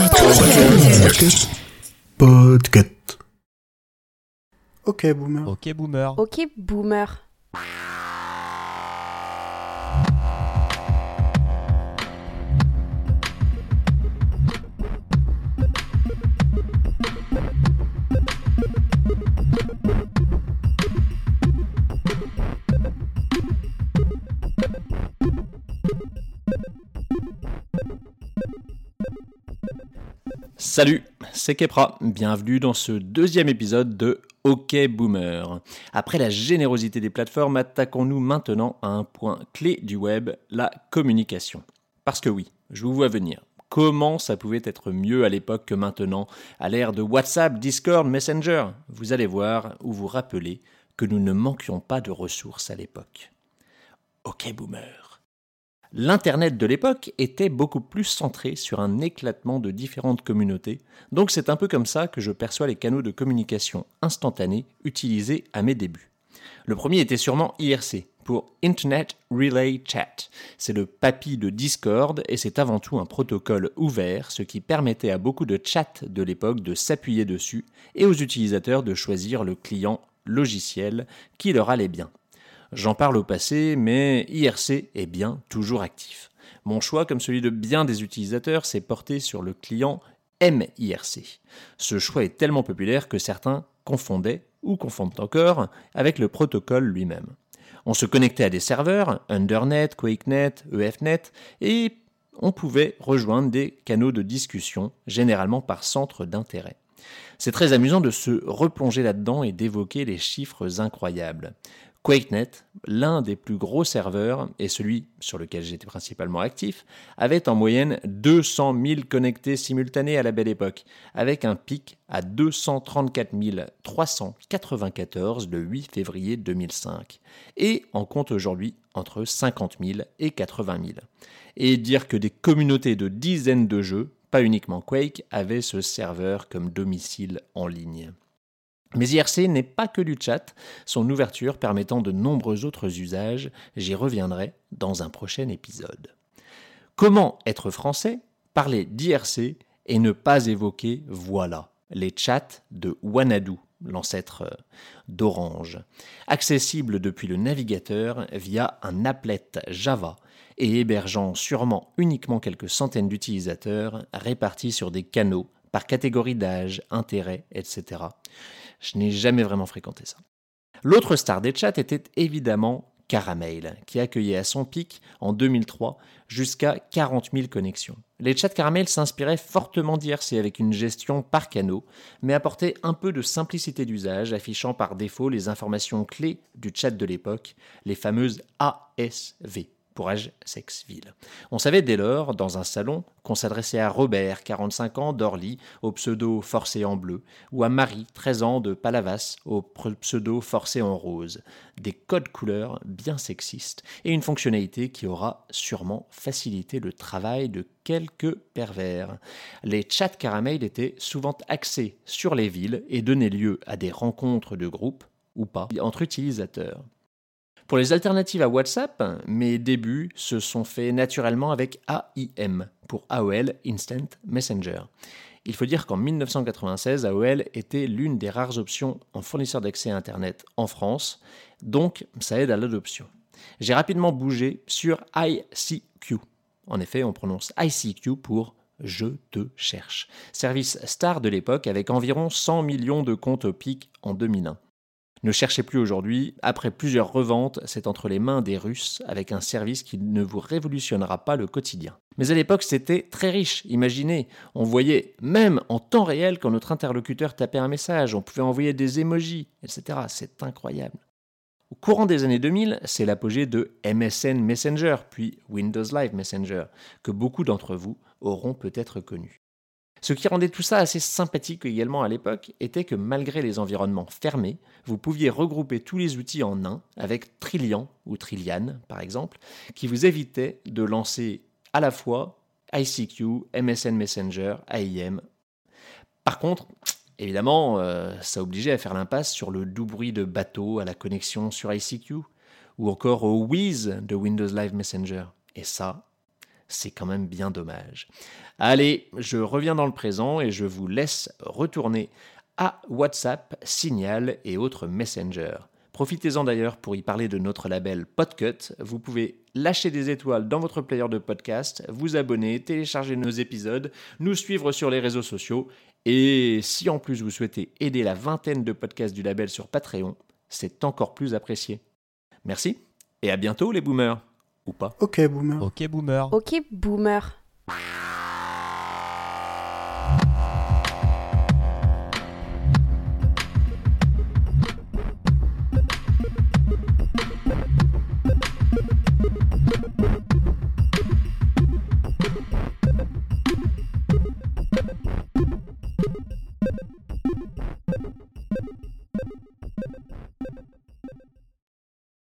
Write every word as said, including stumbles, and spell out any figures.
Podcast. Podcast. Ok, boomer. Ok, boomer. Ok, boomer. Salut, c'est Kepra, bienvenue dans ce deuxième épisode de Ok Boomer. Après la générosité des plateformes, attaquons-nous maintenant à un point clé du web, la communication. Parce que oui, je vous vois venir. Comment ça pouvait être mieux à l'époque que maintenant, à l'ère de WhatsApp, Discord, Messenger ? Vous allez voir ou vous rappeler que nous ne manquions pas de ressources à l'époque. Ok Boomer. L'Internet de l'époque était beaucoup plus centré sur un éclatement de différentes communautés, donc c'est un peu comme ça que je perçois les canaux de communication instantanés utilisés à mes débuts. Le premier était sûrement I R C, pour Internet Relay Chat. C'est le papy de Discord et c'est avant tout un protocole ouvert, ce qui permettait à beaucoup de chats de l'époque de s'appuyer dessus et aux utilisateurs de choisir le client logiciel qui leur allait bien. J'en parle au passé, mais I R C est bien toujours actif. Mon choix, comme celui de bien des utilisateurs, s'est porté sur le client M I R C. Ce choix est tellement populaire que certains confondaient, ou confondent encore, avec le protocole lui-même. On se connectait à des serveurs, Undernet, QuakeNet, E F net, et on pouvait rejoindre des canaux de discussion, généralement par centre d'intérêt. C'est très amusant de se replonger là-dedans et d'évoquer les chiffres incroyables. QuakeNet, l'un des plus gros serveurs, et celui sur lequel j'étais principalement actif, avait en moyenne deux cent mille connectés simultanés à la belle époque, avec un pic à deux cent trente-quatre mille trois cent quatre-vingt-quatorze le huit février deux mille cinq, et en compte aujourd'hui entre cinquante mille et quatre-vingt mille. Et dire que des communautés de dizaines de jeux, pas uniquement Quake, avaient ce serveur comme domicile en ligne. Mais I R C n'est pas que du chat, son ouverture permettant de nombreux autres usages, j'y reviendrai dans un prochain épisode. Comment être français, parler d'I R C et ne pas évoquer, voilà, les chats de Wanadu, l'ancêtre d'Orange, accessible depuis le navigateur via un applet Java et hébergeant sûrement uniquement quelques centaines d'utilisateurs répartis sur des canaux par catégorie d'âge, intérêt, et cetera. Je n'ai jamais vraiment fréquenté ça. L'autre star des chats était évidemment Caramel, qui accueillait à son pic, en deux mille trois, jusqu'à quarante mille connexions. Les chats Caramel s'inspiraient fortement d'I R C avec une gestion par canaux, mais apportaient un peu de simplicité d'usage, affichant par défaut les informations clés du chat de l'époque, les fameuses A S V. Pour âge, sexe, ville. On savait dès lors, dans un salon, qu'on s'adressait à Robert, quarante-cinq ans, d'Orly, au pseudo Forcé en bleu, ou à Marie, treize ans, de Palavas, au pseudo Forcé en rose. Des codes couleurs bien sexistes et une fonctionnalité qui aura sûrement facilité le travail de quelques pervers. Les chats Caramel étaient souvent axés sur les villes et donnaient lieu à des rencontres de groupe, ou pas, entre utilisateurs. Pour les alternatives à WhatsApp, mes débuts se sont faits naturellement avec A I M, pour A O L Instant Messenger. Il faut dire qu'en dix-neuf cent quatre-vingt-seize, A O L était l'une des rares options en fournisseur d'accès à Internet en France, donc ça aide à l'adoption. J'ai rapidement bougé sur I C Q. En effet, on prononce I C Q pour « Je te cherche », service star de l'époque avec environ cent millions de comptes au pic en deux mille un. Ne cherchez plus aujourd'hui, après plusieurs reventes, c'est entre les mains des Russes avec un service qui ne vous révolutionnera pas le quotidien. Mais à l'époque, c'était très riche, imaginez, on voyait même en temps réel quand notre interlocuteur tapait un message, on pouvait envoyer des emojis, et cetera. C'est incroyable. Au courant des années deux mille, c'est l'apogée de M S N Messenger, puis Windows Live Messenger, que beaucoup d'entre vous auront peut-être connu. Ce qui rendait tout ça assez sympathique également à l'époque était que malgré les environnements fermés, vous pouviez regrouper tous les outils en un avec Trillian ou Trillian par exemple, qui vous évitait de lancer à la fois I C Q, M S N Messenger, A I M. Par contre, évidemment, euh, ça obligeait à faire l'impasse sur le doux bruit de bateau à la connexion sur I C Q ou encore au whiz de Windows Live Messenger. Et ça, C'est quand même bien dommage. Allez, je reviens dans le présent et je vous laisse retourner à WhatsApp, Signal et autres Messenger. Profitez-en d'ailleurs pour y parler de notre label Podcut. Vous pouvez lâcher des étoiles dans votre player de podcast, vous abonner, télécharger nos épisodes, nous suivre sur les réseaux sociaux. Et si en plus vous souhaitez aider la vingtaine de podcasts du label sur Patreon, c'est encore plus apprécié. Merci et à bientôt les boomers. Ou pas. Ok, boomer. Ok, boomer. Ok, boomer.